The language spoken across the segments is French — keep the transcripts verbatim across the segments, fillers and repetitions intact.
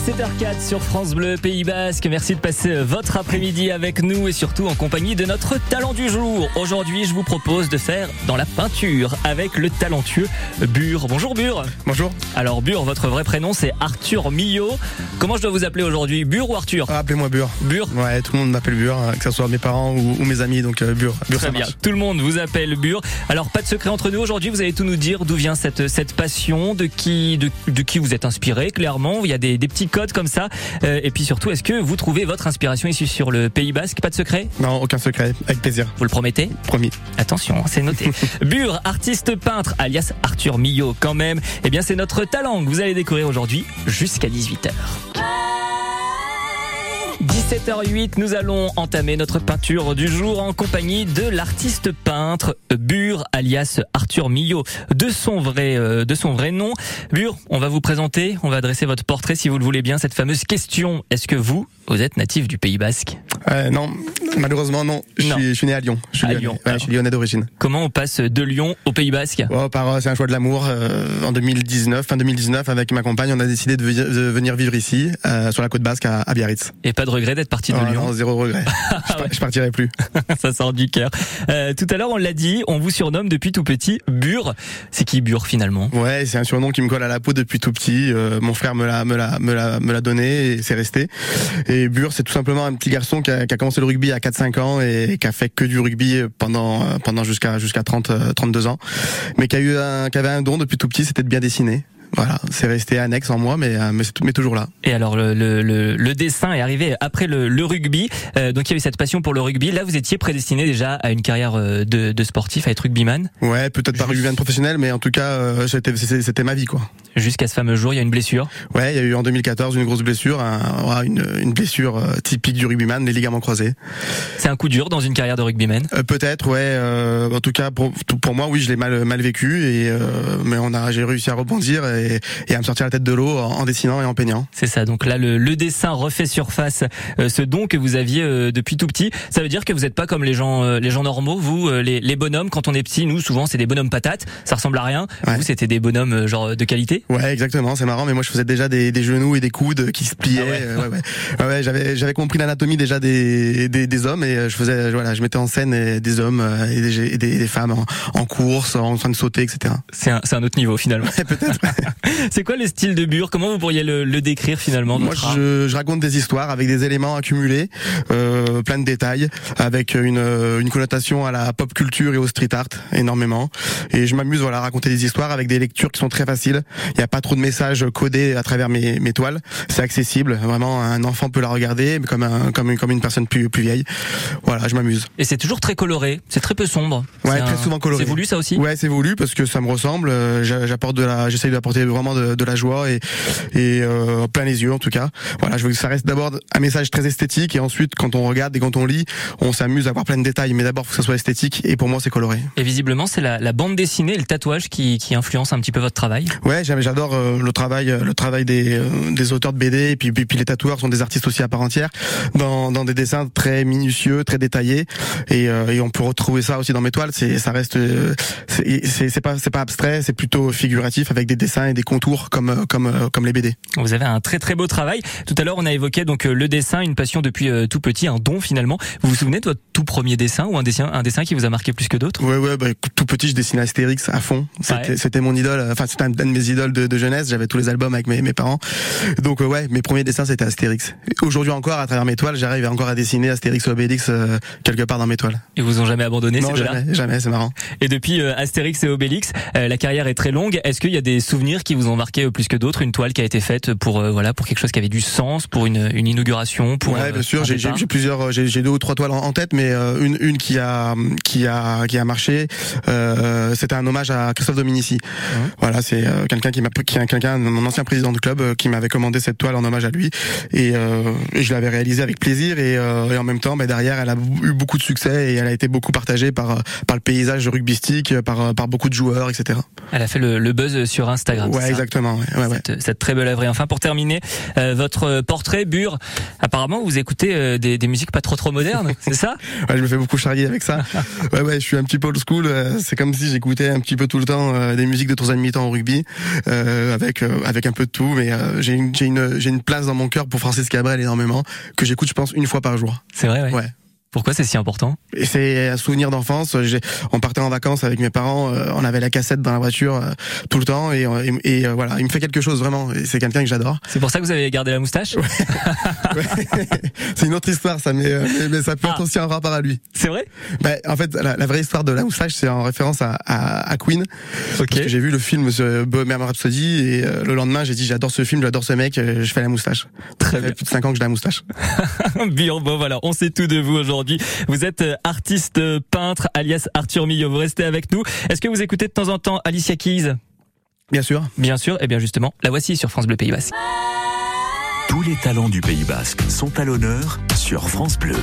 dix-sept heures quatre sur France Bleu Pays Basque. Merci de passer votre après-midi avec nous et surtout en compagnie de notre talent du jour. Aujourd'hui, je vous propose de faire dans la peinture avec le talentueux Bure. Bonjour Bure. Bonjour. Alors Bure, votre vrai prénom c'est Arthur Millot. Comment je dois vous appeler aujourd'hui, Bure ou Arthur? ah, Appelez-moi Bure. Bure. Ouais, tout le monde m'appelle Bure, que ce soit mes parents ou, ou mes amis, donc euh, Bure. Bure. Très bien, tout le monde vous appelle Bure. Alors pas de secret entre nous aujourd'hui, vous allez tout nous dire d'où vient cette, cette passion, de qui, de, de qui vous êtes inspiré, clairement. Il y a des, des petits codes comme ça. Euh, et puis surtout, est-ce que vous trouvez votre inspiration ici sur le Pays Basque? Pas de secret? Non, aucun secret, avec plaisir. Vous le promettez? Promis. Attention, c'est noté. Bure, artiste peintre, alias Arthur Millot quand même. Eh bien, c'est notre talent que vous allez découvrir aujourd'hui jusqu'à dix-huit heures. dix-sept heures huit, nous allons entamer notre peinture du jour en compagnie de l'artiste peintre Bure, alias Arthur Millot, de son vrai, euh, de son vrai nom. Bure, on va vous présenter, on va adresser votre portrait si vous le voulez bien, cette fameuse question. Est-ce que vous, vous êtes natif du Pays Basque? euh, Non, malheureusement non. Je, non. Suis, je suis né à Lyon. Je suis, à lyonnais. Lyon. Ouais, Alors, je suis lyonnais d'origine. Comment on passe de Lyon au Pays Basque? Oh, par, c'est un choix de l'amour. Euh, en deux mille dix-neuf, fin deux mille dix-neuf, avec ma compagne, on a décidé de, de venir vivre ici, euh, sur la côte basque, à, à Biarritz. Et pas de regret d'être parti de oh, Lyon? Non, zéro regret. je, ouais. je partirai plus. Ça sort du cœur. Euh, tout à l'heure, on l'a dit, on vous surnomme depuis tout petit Bure. C'est qui Bure finalement? Ouais, c'est un surnom qui me colle à la peau depuis tout petit. Euh, mon frère me l'a, me l'a, me l'a, me l'a donné et c'est resté. Et Bure, c'est tout simplement un petit garçon qui a, qui a commencé le rugby à quatre cinq ans et qui a fait que du rugby pendant pendant jusqu'à jusqu'à trente trente-deux ans, mais qui a eu un, qui avait un don depuis tout petit, c'était de bien dessiner. Voilà, c'est resté annexe en moi, mais mais, mais toujours là. Et alors le le le, le dessin est arrivé après le, le rugby, euh, donc il y a eu cette passion pour le rugby. Là, vous étiez prédestiné déjà à une carrière de, de sportif, à être rugbyman. Ouais, peut-être pas rugbyman professionnel, mais en tout cas, euh, c'était c'était ma vie quoi. Jusqu'à ce fameux jour, il y a une blessure. Ouais, il y a eu en deux mille quatorze une grosse blessure, un, une, une blessure typique du rugbyman, les ligaments croisés. C'est un coup dur dans une carrière de rugbyman. Euh, peut-être, ouais. Euh, en tout cas, pour, pour moi, oui, je l'ai mal mal vécu, et euh, mais on a, j'ai réussi à rebondir et, et à me sortir la tête de l'eau en, en dessinant et en peignant. C'est ça. Donc là, le, le dessin refait surface. Euh, ce don que vous aviez euh, depuis tout petit, ça veut dire que vous n'êtes pas comme les gens, euh, les gens normaux. Vous, euh, les, les bonhommes, quand on est petit, nous souvent c'est des bonhommes patates. Ça ressemble à rien. Ouais. Vous, c'était des bonhommes euh, genre de qualité. Ouais, exactement. C'est marrant, mais moi je faisais déjà des, des genoux et des coudes qui se pliaient. Ah ouais. Euh, ouais, ouais. ouais, ouais j'avais, j'avais compris l'anatomie déjà des, des, des hommes et je faisais, voilà, je mettais en scène des hommes et des, et des, des femmes en, en course, en train de sauter, et cetera. C'est un, c'est un autre niveau finalement. Ouais, peut-être. C'est quoi le style de Bure? Comment vous pourriez le, le décrire finalement? Moi, je, je raconte des histoires avec des éléments accumulés, euh, plein de détails, avec une, une connotation à la pop culture et au street art énormément. Et je m'amuse, voilà, à raconter des histoires avec des lectures qui sont très faciles. Il n'y a pas trop de messages codés à travers mes, mes toiles. C'est accessible. Vraiment, un enfant peut la regarder comme un, comme une, comme une personne plus, plus vieille. Voilà, je m'amuse. Et c'est toujours très coloré. C'est très peu sombre. Ouais, c'est très un... souvent coloré. C'est voulu ça aussi? Ouais, c'est voulu parce que ça me ressemble. J'apporte de la, j'essaye d'apporter vraiment de, de la joie et, et euh, plein les yeux en tout cas. Voilà, je veux que ça reste d'abord un message très esthétique et ensuite quand on regarde et quand on lit, on s'amuse à voir plein de détails. Mais d'abord, faut que ça soit esthétique et pour moi, c'est coloré. Et visiblement, c'est la, la bande dessinée, et le tatouage qui, qui influence un petit peu votre travail. Ouais, j'adore euh, le travail, le travail des, euh, des auteurs de B D et puis, puis, puis les tatoueurs sont des artistes aussi à part entière dans, dans des dessins très minutieux, très détaillés et, euh, et on peut retrouver ça aussi dans mes toiles. C'est, ça reste, euh, c'est, c'est, c'est pas, c'est pas abstrait, c'est plutôt figuratif avec des dessins et des contours comme, comme, comme les B D. Vous avez un très très beau travail. Tout à l'heure, on a évoqué donc le dessin, une passion depuis euh, tout petit, un don finalement. Vous vous souvenez de votre tout premier dessin ou un dessin, un dessin qui vous a marqué plus que d'autres? Ouais, ouais, bah, tout petit, je dessinais Astérix à fond. C'était, ouais. c'était mon idole. Enfin, c'était un, un de mes idoles de, de jeunesse. J'avais tous les albums avec mes, mes parents. Donc euh, ouais, mes premiers dessins c'était Astérix. Aujourd'hui encore, à travers mes toiles, j'arrive encore à dessiner Astérix et Obélix euh, quelque part dans mes toiles. Ils vous ont jamais abandonné? Non, ces jamais, deux-là jamais. C'est marrant. Et depuis euh, Astérix et Obélix, euh, la carrière est très longue. Est-ce qu'il y a des souvenirs qui vous ont marqué euh, plus que d'autres? Une toile qui a été faite pour euh, voilà pour quelque chose qui avait du sens, pour une, une inauguration, pour ouais, bien sûr. J'ai, j'ai, j'ai plusieurs, j'ai, j'ai deux ou trois toiles en, en tête, mais euh, une, une qui a, qui a, qui a marché. Euh, c'était un hommage à Christophe Dominici. Mmh. Voilà, c'est euh, quelqu'un qui m'a, qui est quelqu'un, mon ancien président du club, euh, qui m'avait commandé cette toile en hommage à lui, et, euh, et je l'avais réalisée avec plaisir, et, euh, et en même temps, bah, derrière, elle a eu beaucoup de succès et elle a été beaucoup partagée par, par le paysage rugbystique, par, par beaucoup de joueurs, et cetera. Elle a fait le, le buzz sur Instagram. Ouais, exactement. Ouais, ouais, cette, ouais. cette très belle œuvre. Et enfin, pour terminer, euh, votre portrait, Bure. Apparemment, vous écoutez euh, des, des musiques pas trop trop modernes, c'est ça? Ouais, je me fais beaucoup charrier avec ça. Ouais, ouais, je suis un petit peu old school. C'est comme si j'écoutais un petit peu tout le temps euh, des musiques de troisième mi-temps au rugby, euh, avec euh, avec un peu de tout. Mais euh, j'ai une j'ai une j'ai une place dans mon cœur pour Francis Cabrel énormément, que j'écoute, je pense, une fois par jour. C'est vrai, ouais. Ouais. Pourquoi c'est si important? Et c'est un souvenir d'enfance. J'ai, on partait en vacances avec mes parents, euh, on avait la cassette dans la voiture euh, tout le temps, et, et, et euh, voilà, il me fait quelque chose vraiment. Et c'est quelqu'un que j'adore. C'est pour ça que vous avez gardé la moustache? Ouais. Ouais. C'est une autre histoire, ça, mais, mais, mais ça peut ah. être aussi un rapport à lui. C'est vrai? Ben, en fait, la, la vraie histoire de la moustache, c'est en référence à, à, à Queen. Okay. Parce que j'ai vu le film Bohemian Rhapsody, et euh, le lendemain, j'ai dit j'adore ce film, j'adore ce mec, je fais la moustache. Très ça bien. Fait plus de cinq ans que j'ai la moustache. Bien, bon voilà, on sait tout de vous aujourd'hui. Vous êtes artiste peintre alias Arthur Millot. Vous restez avec nous. Est-ce que vous écoutez de temps en temps Alicia Keys? Bien sûr. Bien sûr. Et bien justement, la voici sur France Bleu Pays Basque. Tous les talents du Pays Basque sont à l'honneur sur France Bleu.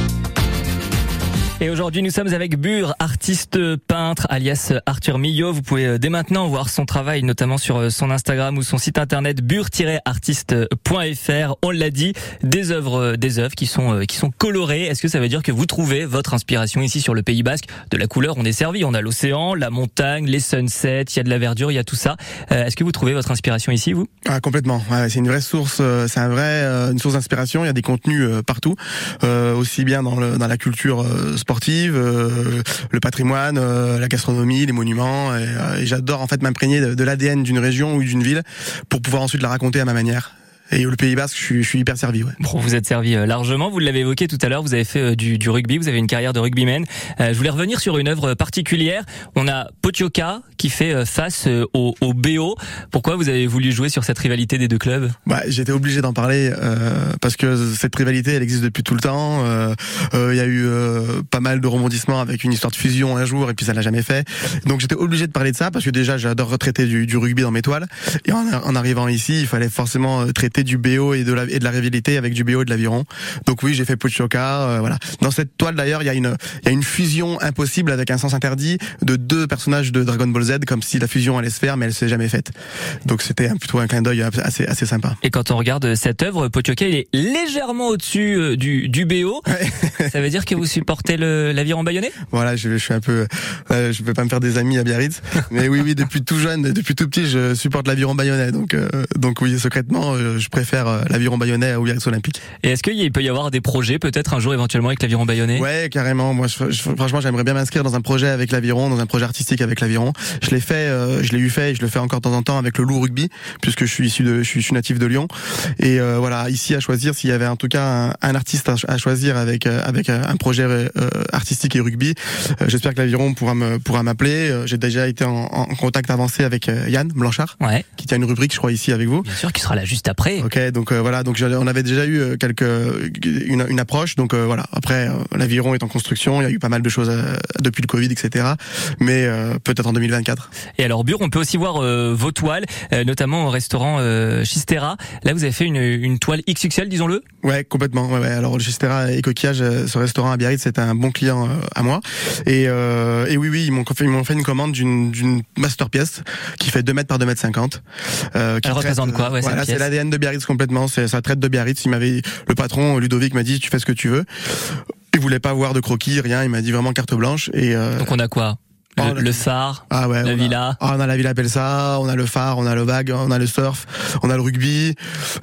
Et aujourd'hui, nous sommes avec Bure, artiste peintre, alias Arthur Millot. Vous pouvez dès maintenant voir son travail, notamment sur son Instagram ou son site internet bure tiret artiste point f r. On l'a dit, des œuvres, des œuvres qui sont qui sont colorées. Est-ce que ça veut dire que vous trouvez votre inspiration ici sur le Pays Basque? De la couleur, on est servi. On a l'océan, la montagne, les sunsets. Il y a de la verdure, il y a tout ça. Euh, est-ce que vous trouvez votre inspiration ici, vous? Ah, complètement. Ouais, c'est une vraie source. C'est un vrai, une source d'inspiration. Il y a des contenus partout, euh, aussi bien dans le dans la culture sportive, euh, le patrimoine, euh, la gastronomie, les monuments, et, euh, et j'adore en fait m'imprégner de, de l'A D N d'une région ou d'une ville pour pouvoir ensuite la raconter à ma manière. Et le Pays Basque, je suis, je suis hyper servi. Ouais. Bon, vous êtes servi largement. Vous l'avez évoqué tout à l'heure. Vous avez fait du, du rugby. Vous avez une carrière de rugbyman. Euh, je voulais revenir sur une œuvre particulière. On a Potioka qui fait face au, au B O. Pourquoi vous avez voulu jouer sur cette rivalité des deux clubs? Bah, j'étais obligé d'en parler euh, parce que cette rivalité, elle existe depuis tout le temps. Il euh, euh, y a eu euh, pas mal de rebondissements avec une histoire de fusion un jour et puis ça l'a jamais fait. Donc j'étais obligé de parler de ça parce que déjà j'adore retraiter du, du rugby dans mes toiles. Et en, en arrivant ici, il fallait forcément traiter du B O et de la, et de la rivalité avec du B O et de l'aviron. Donc oui, j'ai fait Potioka, euh, voilà. Dans cette toile d'ailleurs, il y a une il y a une fusion impossible avec un sens interdit de deux personnages de Dragon Ball Z, comme si la fusion allait se faire mais elle s'est jamais faite. Donc c'était un, plutôt un clin d'œil assez assez sympa. Et quand on regarde cette œuvre, Potioka, il est légèrement au-dessus du du B O. Ouais. Ça veut dire que vous supportez le l'aviron bayonnais? Voilà, je, je suis un peu euh, je peux pas me faire des amis à Biarritz, mais oui oui, depuis tout jeune, depuis tout petit, je supporte l'aviron bayonnais. Donc euh, donc oui, secrètement, euh, je préfère l'aviron bayonnais au Biarritz Olympique. Et est-ce qu'il peut y avoir des projets peut-être un jour éventuellement avec l'aviron bayonnais? Ouais, carrément. Moi, je, je, franchement, j'aimerais bien m'inscrire dans un projet avec l'aviron, dans un projet artistique avec l'aviron. Je l'ai fait, euh, je l'ai eu fait, et je le fais encore de temps en temps avec le Loup Rugby, puisque je suis issu de, je suis, je suis natif de Lyon. Et euh, voilà, ici à choisir, s'il y avait en tout cas un, un artiste à, à choisir avec euh, avec un projet euh, artistique et rugby, euh, j'espère que l'aviron pourra me pourra m'appeler. J'ai déjà été en, en contact avancé avec euh, Yann Blanchard, ouais, qui tient une rubrique, je crois, ici avec vous. Bien sûr, qui sera là juste après. Ok, donc euh, voilà, donc on avait déjà eu quelques une, une approche, donc euh, voilà. Après, euh, l'aviron est en construction, il y a eu pas mal de choses euh, depuis le Covid, et cetera. Mais euh, peut-être en deux mille vingt-quatre. Et alors Bure, on peut aussi voir euh, vos toiles, euh, notamment au restaurant euh, Chistera. Là, vous avez fait une, une toile X X L, disons-le. Ouais, complètement. Ouais, ouais. Alors le Chistera et Coquillage, ce restaurant à Biarritz, c'est un bon client euh, à moi. Et, euh, et oui, oui, ils m'ont fait, ils m'ont fait une commande d'une, d'une masterpiece qui fait deux mètres par deux mètres cinquante. Euh, qui Elle traite, représente quoi? Ouais, voilà, c'est l'A D N de Biarritz complètement. C'est, ça traite de Biarritz. Il m'avait, le patron Ludovic m'a dit, tu fais ce que tu veux. Il voulait pas voir de croquis, rien. Il m'a dit vraiment carte blanche. Et euh... donc on a quoi? Le, oh, le phare, ah ouais, la on villa. A, ah, on a la villa Pelsa, on a le phare, on a le vague, on a le surf, on a le rugby,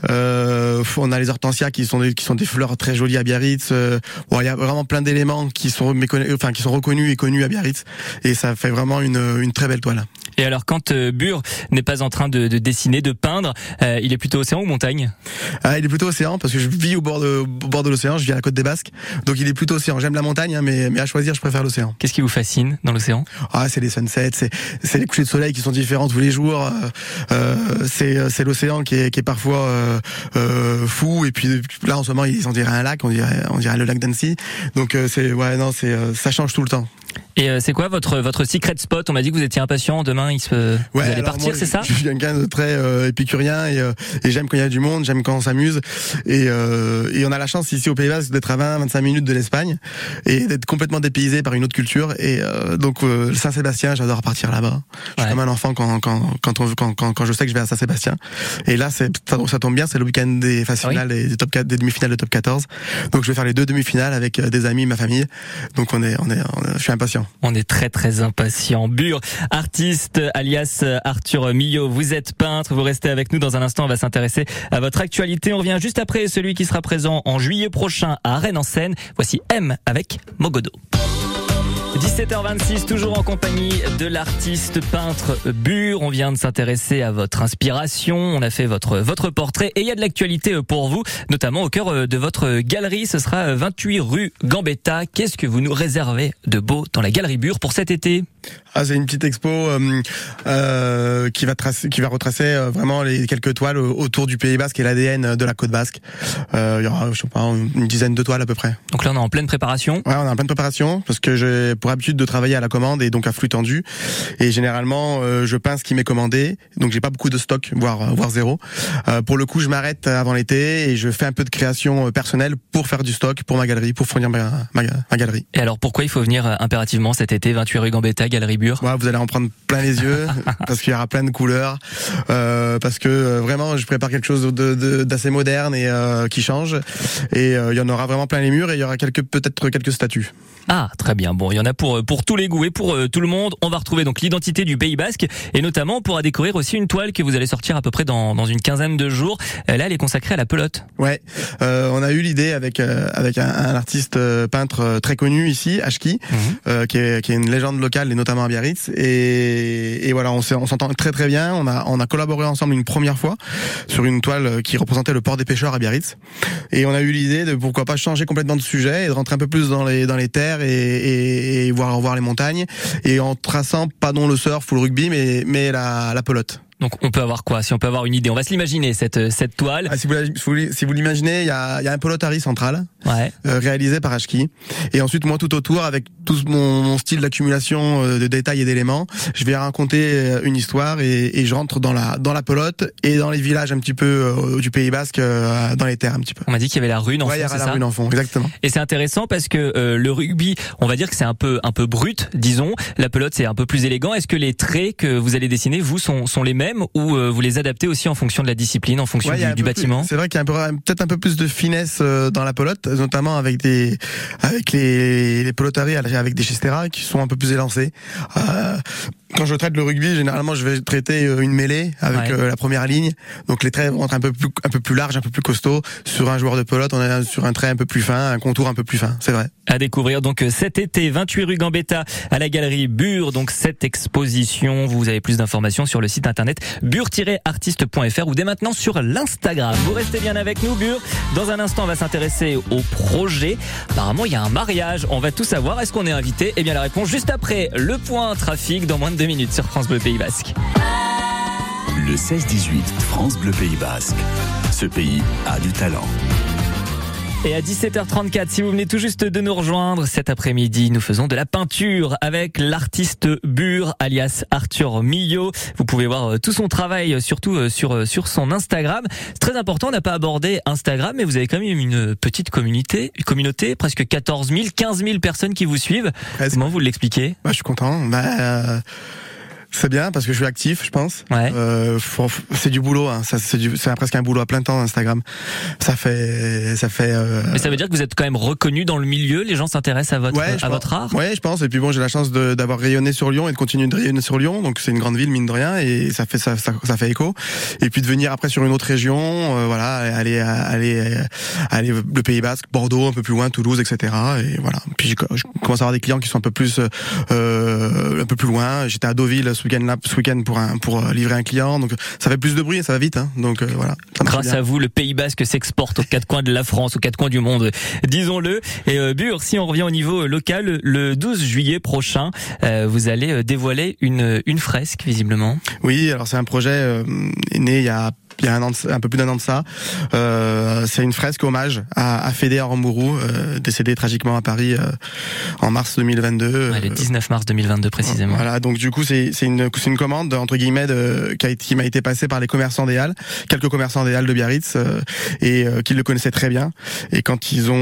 euh, on a les hortensias qui sont des, qui sont des fleurs très jolies à Biarritz. Euh, bon, il y a vraiment plein d'éléments qui sont méconnus, enfin qui sont reconnus et connus à Biarritz, et ça fait vraiment une, une très belle toile. Et alors, quand euh, Bure n'est pas en train de, de dessiner, de peindre, euh, il est plutôt océan ou montagne? Ah, il est plutôt océan parce que je vis au bord de, au bord de l'océan, je vis à la côte des Basques, donc il est plutôt océan. J'aime la montagne, hein, mais, mais à choisir, je préfère l'océan. Qu'est-ce qui vous fascine dans l'océan? Ah, c'est les sunsets, c'est, c'est les couchers de soleil qui sont différents tous les jours. Euh, c'est, c'est l'océan qui est, qui est parfois euh, euh, fou. Et puis là, en ce moment, on dirait un lac, on dirait, on dirait le lac d'Annecy. Donc euh, c'est, ouais, non, c'est, ça change tout le temps. Et euh, c'est quoi votre votre secret spot? On m'a dit que vous étiez impatient. Demain, il se... Ouais, vous allez partir, moi, c'est ça? Je suis quelqu'un de très euh, épicurien et, euh, et j'aime quand il y a du monde, j'aime quand on s'amuse. Et, euh, et on a la chance ici au Pays Basque d'être à vingt à vingt-cinq minutes de l'Espagne et d'être complètement dépaysé par une autre culture. Et euh, donc euh, Saint-Sébastien, j'adore partir là-bas. Je suis ouais. comme un enfant quand quand quand, on, quand quand quand je sais que je vais à Saint-Sébastien. Et là, c'est ça, ça tombe bien, c'est le week-end des phases finales oui. et des top quatre, des demi-finales de top quatorze. Donc je vais faire les deux demi-finales avec des amis, ma famille. Donc on est on est, on est je suis impatient. On est très très impatient. Bure, artiste alias Arthur Millot, vous êtes peintre, vous restez avec nous dans un instant, on va s'intéresser à votre actualité. On revient juste après celui qui sera présent en juillet prochain à Rennes-en-Seine. Voici M avec Mogodo. dix-sept heures vingt-six, toujours en compagnie de l'artiste peintre Bure. On vient de s'intéresser à votre inspiration, on a fait votre votre portrait et il y a de l'actualité pour vous, notamment au cœur de votre galerie. Ce sera vingt-huit rue Gambetta. Qu'est-ce que vous nous réservez de beau dans la galerie Bure pour cet été? Ah, c'est une petite expo euh, euh, qui va tracer, qui va retracer euh, vraiment les quelques toiles autour du Pays Basque et l'A D N de la côte basque. Euh, il y aura, je sais pas, une dizaine de toiles à peu près. Donc là, on est en pleine préparation. Ouais, on est en pleine préparation parce que j'ai pour habitude de travailler à la commande et donc à flux tendu. Et généralement, euh, je peins ce qui m'est commandé, donc j'ai pas beaucoup de stock, voire voire zéro. Euh, pour le coup, je m'arrête avant l'été et je fais un peu de création personnelle pour faire du stock pour ma galerie, pour fournir ma, ma, ma galerie. Et alors, pourquoi il faut venir impérativement cet été, vingt-huit rue Gambetta, galerie Bure? Ouais, vous allez en prendre plein les yeux parce qu'il y aura plein de couleurs, euh, parce que euh, vraiment je prépare quelque chose de, de, d'assez moderne et euh, qui change. Et euh, il y en aura vraiment plein les murs et il y aura quelques peut-être quelques statues. Ah, très bien. Bon, il y en a pour pour tous les goûts et pour euh, tout le monde. On va retrouver donc l'identité du Pays Basque et notamment on pourra découvrir aussi une toile que vous allez sortir à peu près dans dans une quinzaine de jours. Là, elle est consacrée à la pelote. Ouais, euh, on a eu l'idée avec euh, avec un, un artiste euh, peintre très connu ici, Ashki, mmh. euh, qui est qui est une légende locale et notamment à Biarritz. Et, et voilà, on, on s'entend très très bien. On a on a collaboré ensemble une première fois sur une toile qui représentait le port des pêcheurs à Biarritz. Et on a eu l'idée de pourquoi pas changer complètement de sujet et de rentrer un peu plus dans les dans les terres et, et, et voir voir les montagnes et en traçant pas non le surf ou le rugby mais mais la la pelote. Donc on peut avoir quoi? Si on peut avoir une idée, on va se l'imaginer cette cette toile. Ah, si vous si vous l'imaginez, il y a il y a un pelotari central, ouais. euh, réalisé par Ashki. Et ensuite moi tout autour avec tout mon, mon style d'accumulation de détails et d'éléments, je vais raconter une histoire et, et je rentre dans la dans la pelote et dans les villages un petit peu euh, du Pays Basque, euh, dans les terres un petit peu. On m'a dit qu'il y avait la rune en ouais, fond, il y c'est la ça? Rune en fond, exactement. Et c'est intéressant parce que euh, le rugby, on va dire que c'est un peu un peu brut, disons. La pelote c'est un peu plus élégant. Est-ce que les traits que vous allez dessiner vous sont sont les mêmes ou euh, vous les adaptez aussi en fonction de la discipline, en fonction ouais, du, du bâtiment? Plus, c'est vrai qu'il y a un peu, peut-être un peu plus de finesse dans la pelote, notamment avec des, avec les, les pelotaries avec des chistera qui sont un peu plus élancés. Euh, quand je traite le rugby, généralement, je vais traiter une mêlée avec ouais. euh, la première ligne. Donc les traits vont être un peu plus, un peu plus larges, un peu plus costauds. Sur un joueur de pelote, on est sur un trait un peu plus fin, un contour un peu plus fin. C'est vrai. À découvrir donc cet été, vingt-huit rue Gambetta, à la galerie Bure. Donc cette exposition, vous avez plus d'informations sur le site internet bure tiret artiste point f r ou dès maintenant sur l'Instagram. Vous restez bien avec nous, Bure. Dans un instant, on va s'intéresser au projet. Apparemment, il y a un mariage. On va tout savoir. Est-ce qu'on est invité? Eh bien, la réponse juste après le point trafic dans moins de deux minutes sur France Bleu Pays Basque. Le seize dix-huit, France Bleu Pays Basque. Ce pays a du talent. Et à dix-sept heures trente-quatre, si vous venez tout juste de nous rejoindre, cet après-midi, nous faisons de la peinture avec l'artiste Bure, alias Arthur Millot. Vous pouvez voir tout son travail, surtout sur sur son Instagram. C'est très important, on n'a pas abordé Instagram, mais vous avez quand même une petite communauté, une communauté, presque quatorze mille, quinze mille personnes qui vous suivent. Presque. Comment vous l'expliquez? Bah, je suis content. Bah, euh... C'est bien parce que je suis actif, je pense. Ouais. Euh, faut, c'est du boulot, hein. Ça, c'est, du, c'est presque un boulot à plein temps Instagram. Ça fait, ça fait. Euh... Mais ça veut dire que vous êtes quand même reconnu dans le milieu. Les gens s'intéressent à votre, ouais, à pense, votre art. Ouais, je pense. Et puis bon, j'ai la chance de, d'avoir rayonné sur Lyon et de continuer de rayonner sur Lyon. Donc c'est une grande ville mine de rien et ça fait ça, ça, ça fait écho. Et puis de venir après sur une autre région, euh, voilà, aller, aller, aller le Pays Basque, Bordeaux, un peu plus loin, Toulouse, et cetera. Et voilà. Puis je, je commence à avoir des clients qui sont un peu plus, euh, un peu plus loin. J'étais à Deauville ce week-end là, ce week-end pour un, pour livrer un client. Donc ça fait plus de bruit et ça va vite. Hein. Donc euh, voilà. Grâce à vous, le Pays Basque s'exporte aux quatre coins de la France, aux quatre coins du monde, disons-le. Et euh, Bure, si on revient au niveau local, le douze juillet prochain, euh, vous allez dévoiler une une fresque visiblement. Oui, alors c'est un projet euh, né il y a il y a un an, de, un peu plus d'un an de ça. Euh, c'est une fresque hommage à, à Fédé Aramburu, euh, décédé tragiquement à Paris euh, en mars deux mille vingt-deux. Ouais, le dix-neuf mars deux mille vingt-deux précisément. Voilà, donc du coup c'est c'est une c'est une commande entre guillemets de, qui, a, qui m'a été passée par les commerçants des Halles, quelques commerçants des Halles de Biarritz euh, et euh, qui le connaissaient très bien. Et quand ils ont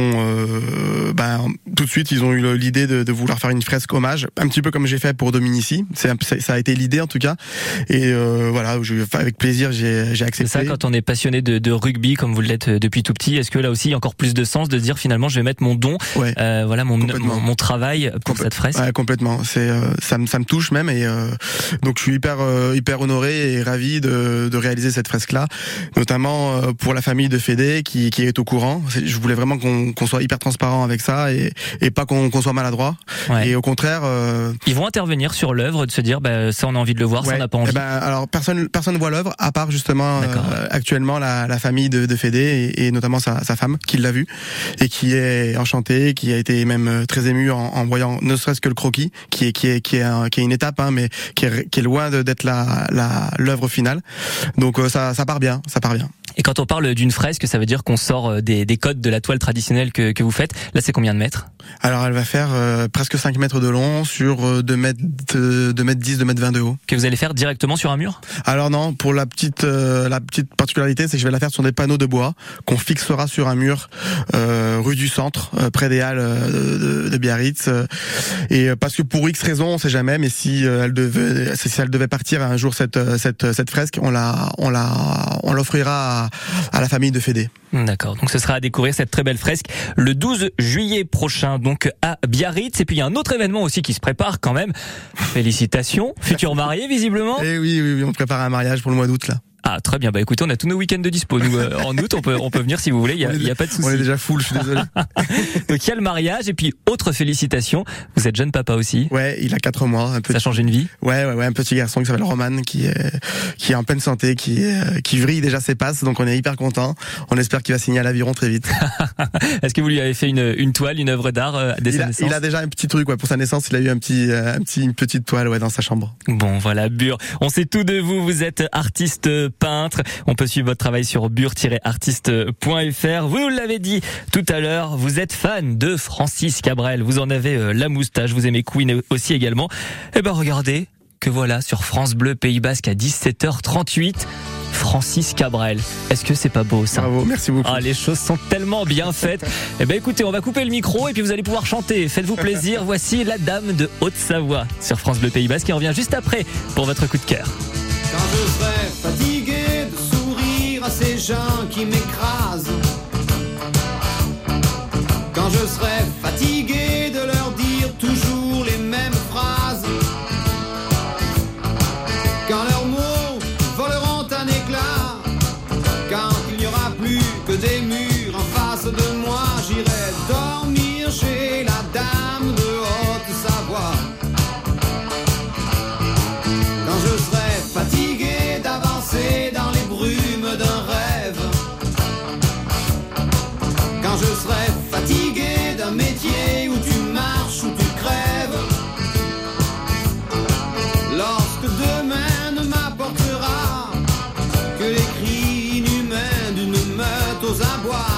euh, bah, tout de suite ils ont eu l'idée de, de vouloir faire une fresque hommage, un petit peu comme j'ai fait pour Dominici. C'est ça a été l'idée en tout cas. Et euh, voilà, je, avec plaisir j'ai j'ai accepté. C'est ça, quand on est passionné de, de rugby comme vous l'êtes depuis tout petit, est-ce que là aussi il y a encore plus de sens de dire finalement je vais mettre mon don, ouais, euh, voilà mon, mon mon travail pour Complé- cette fresque. Ouais, complètement. C'est euh, ça me ça me touche même et euh, donc je suis hyper euh, hyper honoré et ravi de de réaliser cette fresque là, notamment euh, pour la famille de Fédé qui qui est au courant. Je voulais vraiment qu'on qu'on soit hyper transparent avec ça et et pas qu'on qu'on soit maladroit. Ouais. Et au contraire, euh, ils vont intervenir sur l'œuvre, de se dire bah ça on a envie de le voir, ouais, ça on n'a pas envie. Eh ben alors personne personne voit l'œuvre à part justement euh, actuellement la la famille de de Fédé et, et notamment sa sa femme qui l'a vu et qui est enchantée, qui a été même très émue en, en voyant ne serait-ce que le croquis qui est qui est qui est un, qui est une étape hein, mais qui est qui est loin de, d'être la la l'œuvre finale. Donc euh, ça ça part bien, ça part bien. Et quand on parle d'une fresque, ça veut dire qu'on sort des, des codes de la toile traditionnelle que, que vous faites. Là, c'est combien de mètres ? Alors, elle va faire euh, presque cinq mètres de long sur euh, deux mètres dix, deux mètres vingt de haut. Que vous allez faire directement sur un mur ? Alors non, pour la petite euh, la petite particularité, c'est que je vais la faire sur des panneaux de bois qu'on fixera sur un mur euh, rue du Centre, euh, près des Halles euh, de, de Biarritz. Euh, et parce que pour X raisons, on sait jamais, mais si euh, elle devait si elle devait partir un jour cette cette cette fresque, on la on la on l'offrira à, à la famille de Fédé. D'accord, donc ce sera à découvrir cette très belle fresque le douze juillet prochain, donc à Biarritz. Et puis il y a un autre événement aussi qui se prépare quand même. Félicitations, futur marié visiblement. Eh oui, oui, oui, on prépare un mariage pour le mois d'août là. Ah très bien, bah écoutez, on a tous nos week-ends de dispo. Nous, euh, en août, on peut on peut venir si vous voulez. Il y a, y a pas de souci. On est déjà full, je suis désolé. Donc il y a le mariage et puis autre félicitation. Vous êtes jeune papa aussi. Ouais, il a quatre mois. Un petit... Ça a changé une vie. Ouais, ouais, ouais, un petit garçon qui s'appelle Roman, qui est qui est en pleine santé, qui est, qui vrille déjà ses passes. Donc on est hyper content. On espère qu'il va signer à l'Aviron très vite. Est-ce que vous lui avez fait une une toile, une œuvre d'art euh, dès il sa a, naissance ? Il a déjà un petit truc, ouais. Pour sa naissance, il a eu un petit un petit une petite toile, ouais, dans sa chambre. Bon, voilà, Bure. On sait tout de vous. Vous êtes artiste peintre. On peut suivre votre travail sur bure tiret artiste point f r. Vous nous l'avez dit tout à l'heure, vous êtes fan de Francis Cabrel. Vous en avez euh, la moustache, vous aimez Queen aussi également. Eh ben regardez que voilà sur France Bleu Pays Basque à dix-sept heures trente-huit. Francis Cabrel. Est-ce que c'est pas beau ça ? Bravo, merci beaucoup. Ah, les choses sont tellement bien faites. Eh ben écoutez, on va couper le micro et puis vous allez pouvoir chanter. Faites-vous plaisir. Voici la Dame de Haute-Savoie sur France Bleu Pays Basque qui revient juste après pour votre coup de cœur. Quand je serai fatigué de sourire à ces gens qui m'écrasent, quand je serai fatigué de leur dire toujours les mêmes phrases, quand leurs mots voleront un éclat, quand il n'y aura plus que des murs en face de moi, j'irai dormir chez la Dame de Haute-Savoie. Quand je serai fatigué d'avancer dans les brumes d'un rêve, quand je serai fatigué d'un métier où tu marches, où tu crèves, lorsque demain ne m'apportera que les cris inhumains d'une meute aux abois,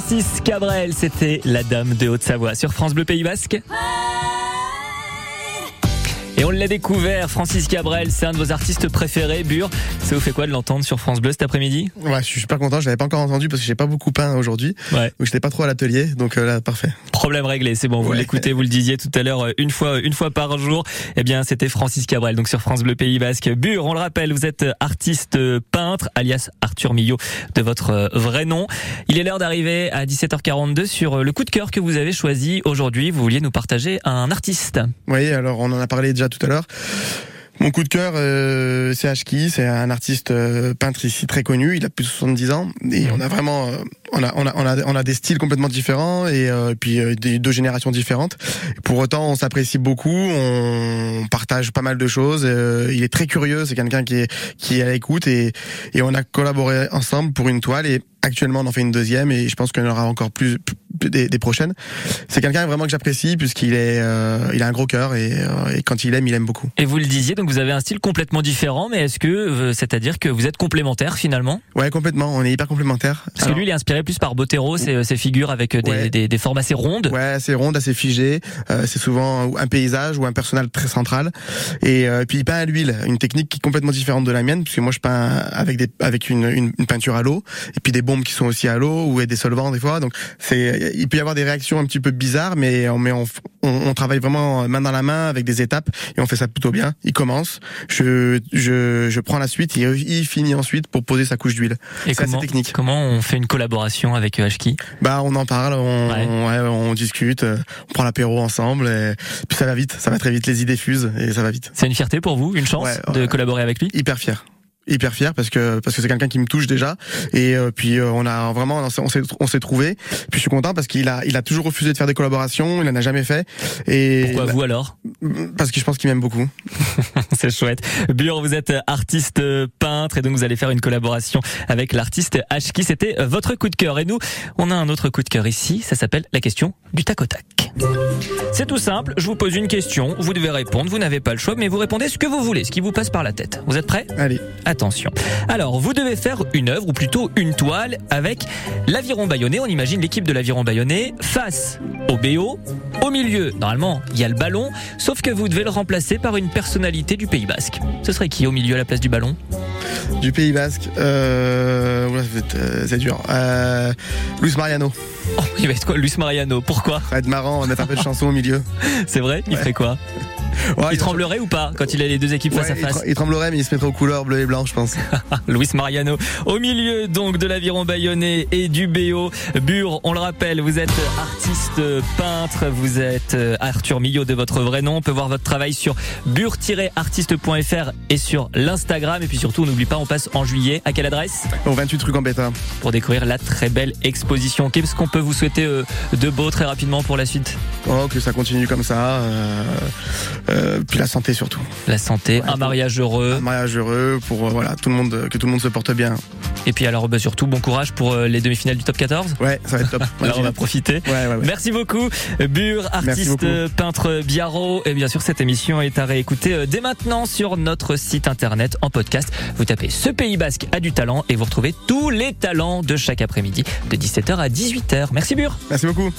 Francis Cabrel, c'était la dame de Haute-Savoie sur France Bleu Pays Basque. Et on l'a découvert, Francis Cabrel, c'est un de vos artistes préférés, Bure. Ça vous fait quoi de l'entendre sur France Bleu cet après-midi ? Ouais, je suis super content, je l'avais pas encore entendu parce que j'ai pas beaucoup peint aujourd'hui. Ouais. Donc j'étais pas trop à l'atelier, donc euh, là, parfait. Problème réglé, c'est bon, vous ouais. l'écoutez, vous le disiez tout à l'heure, une fois, une fois par jour. Eh bien, c'était Francis Cabrel, donc sur France Bleu Pays Basque. Bure, on le rappelle, vous êtes artiste peintre, alias Arthur Millot, de votre vrai nom. Il est l'heure d'arriver à dix-sept heures quarante-deux sur le coup de cœur que vous avez choisi aujourd'hui. Vous vouliez nous partager un artiste. Oui, alors on en a parlé déjà tout à l'heure. Mon coup de cœur, euh, c'est Ashki, c'est un artiste euh, peintre ici très connu. Il a plus de soixante-dix ans et on a vraiment, euh, on a, on a, on a, on a des styles complètement différents et, euh, et puis euh, des deux générations différentes. Et pour autant, on s'apprécie beaucoup, on partage pas mal de choses. Euh, il est très curieux, c'est quelqu'un qui est, qui est à l'écoute et, et on a collaboré ensemble pour une toile et actuellement on en fait une deuxième et je pense qu'il y en aura encore plus, plus des, des prochaines. C'est quelqu'un vraiment que j'apprécie puisqu'il est, euh, il a un gros cœur et, euh, et quand il aime, il aime beaucoup. Et vous le disiez, donc vous avez un style complètement différent, mais est-ce que, euh, c'est-à-dire que vous êtes complémentaires finalement ? Ouais, complètement. On est hyper complémentaires. Parce Alors, que lui, il est inspiré plus par Botero, ses, ses figures avec des, ouais. des, des formes assez rondes. Ouais, assez rondes, assez figées. Euh, c'est souvent un paysage ou un personnage très central. Et euh, puis il peint à l'huile, une technique qui est complètement différente de la mienne, puisque moi je peins avec des, avec une, une, une peinture à l'eau, et puis des bombes qui sont aussi à l'eau ou des solvants des fois. Donc c'est, il peut y avoir des réactions un petit peu bizarres, mais on, mais on, on, on travaille vraiment main dans la main avec des étapes et on fait ça plutôt bien. Il commence, je, je, je prends la suite et il finit ensuite pour poser sa couche d'huile. Et c'est comment, assez technique. Comment on fait une collaboration avec Ashki ? Bah, on en parle, on, ouais. on, ouais, on discute, on prend l'apéro ensemble et puis ça va vite, ça va très vite, les idées fusent et ça va vite. C'est une fierté pour vous, une chance ouais, de ouais. collaborer avec lui ? Hyper fier. Hyper fier parce que parce que c'est quelqu'un qui me touche déjà et euh, puis euh, on a vraiment on s'est on s'est trouvé. Puis je suis content parce qu'il a il a toujours refusé de faire des collaborations, il en a jamais fait. Et pourquoi bah, vous alors ? Parce que je pense qu'il m'aime beaucoup. C'est chouette. Bure, vous êtes artiste peintre et donc vous allez faire une collaboration avec l'artiste Ashki. C'était votre coup de cœur et nous on a un autre coup de cœur ici. Ça s'appelle la question du tac au tac. C'est tout simple. Je vous pose une question, vous devez répondre. Vous n'avez pas le choix, mais vous répondez ce que vous voulez, ce qui vous passe par la tête. Vous êtes prêts ? Allez. Attention. Alors, vous devez faire une œuvre, ou plutôt une toile, avec l'Aviron Bayonnais. On imagine l'équipe de l'Aviron Bayonnais face au B O. Au milieu, normalement, il y a le ballon, sauf que vous devez le remplacer par une personnalité du Pays Basque. Ce serait qui au milieu à la place du ballon ? Du Pays Basque, euh... c'est dur. Euh... Luis Mariano. Oh, il va être quoi, Luis Mariano ? Pourquoi ? Ça va être marrant, on met un peu de chanson au milieu. C'est vrai ? Il ouais. ferait quoi ? Ouais, il, il tremblerait ou pas quand il a les deux équipes ouais, face à face ? Il tremblerait, mais il se mettrait aux couleurs bleu et blanc, je pense. Luis Mariano, au milieu donc de l'Aviron Bayonnais et du B O. Bure, on le rappelle, vous êtes artiste peintre, vous êtes Arthur Millot de votre vrai nom. On peut voir votre travail sur bure tiret artiste point f r et sur l'Instagram. Et puis surtout, on n'oublie pas, on passe en juillet. À quelle adresse ? Au vingt-huit rue Gambetta. Pour découvrir la très belle exposition. Qu'est-ce qu'on peut vous souhaiter de beau très rapidement pour la suite ? Oh, que ça continue comme ça. Euh... Euh, puis la santé surtout. La santé, ouais, un mariage heureux. Un mariage heureux pour euh, voilà tout le monde, que tout le monde se porte bien. Et puis alors bah, surtout bon courage pour euh, les demi-finales du top quatorze. Ouais, ça va être top. Alors on va profiter. Ouais, ouais, ouais. Merci beaucoup Bure, artiste beaucoup. Peintre Biarro. Et bien sûr cette émission est à réécouter euh, dès maintenant sur notre site internet en podcast. Vous tapez Ce Pays Basque a du talent et vous retrouvez tous les talents de chaque après-midi de dix-sept heures à dix-huit heures. Merci Bure. Merci beaucoup.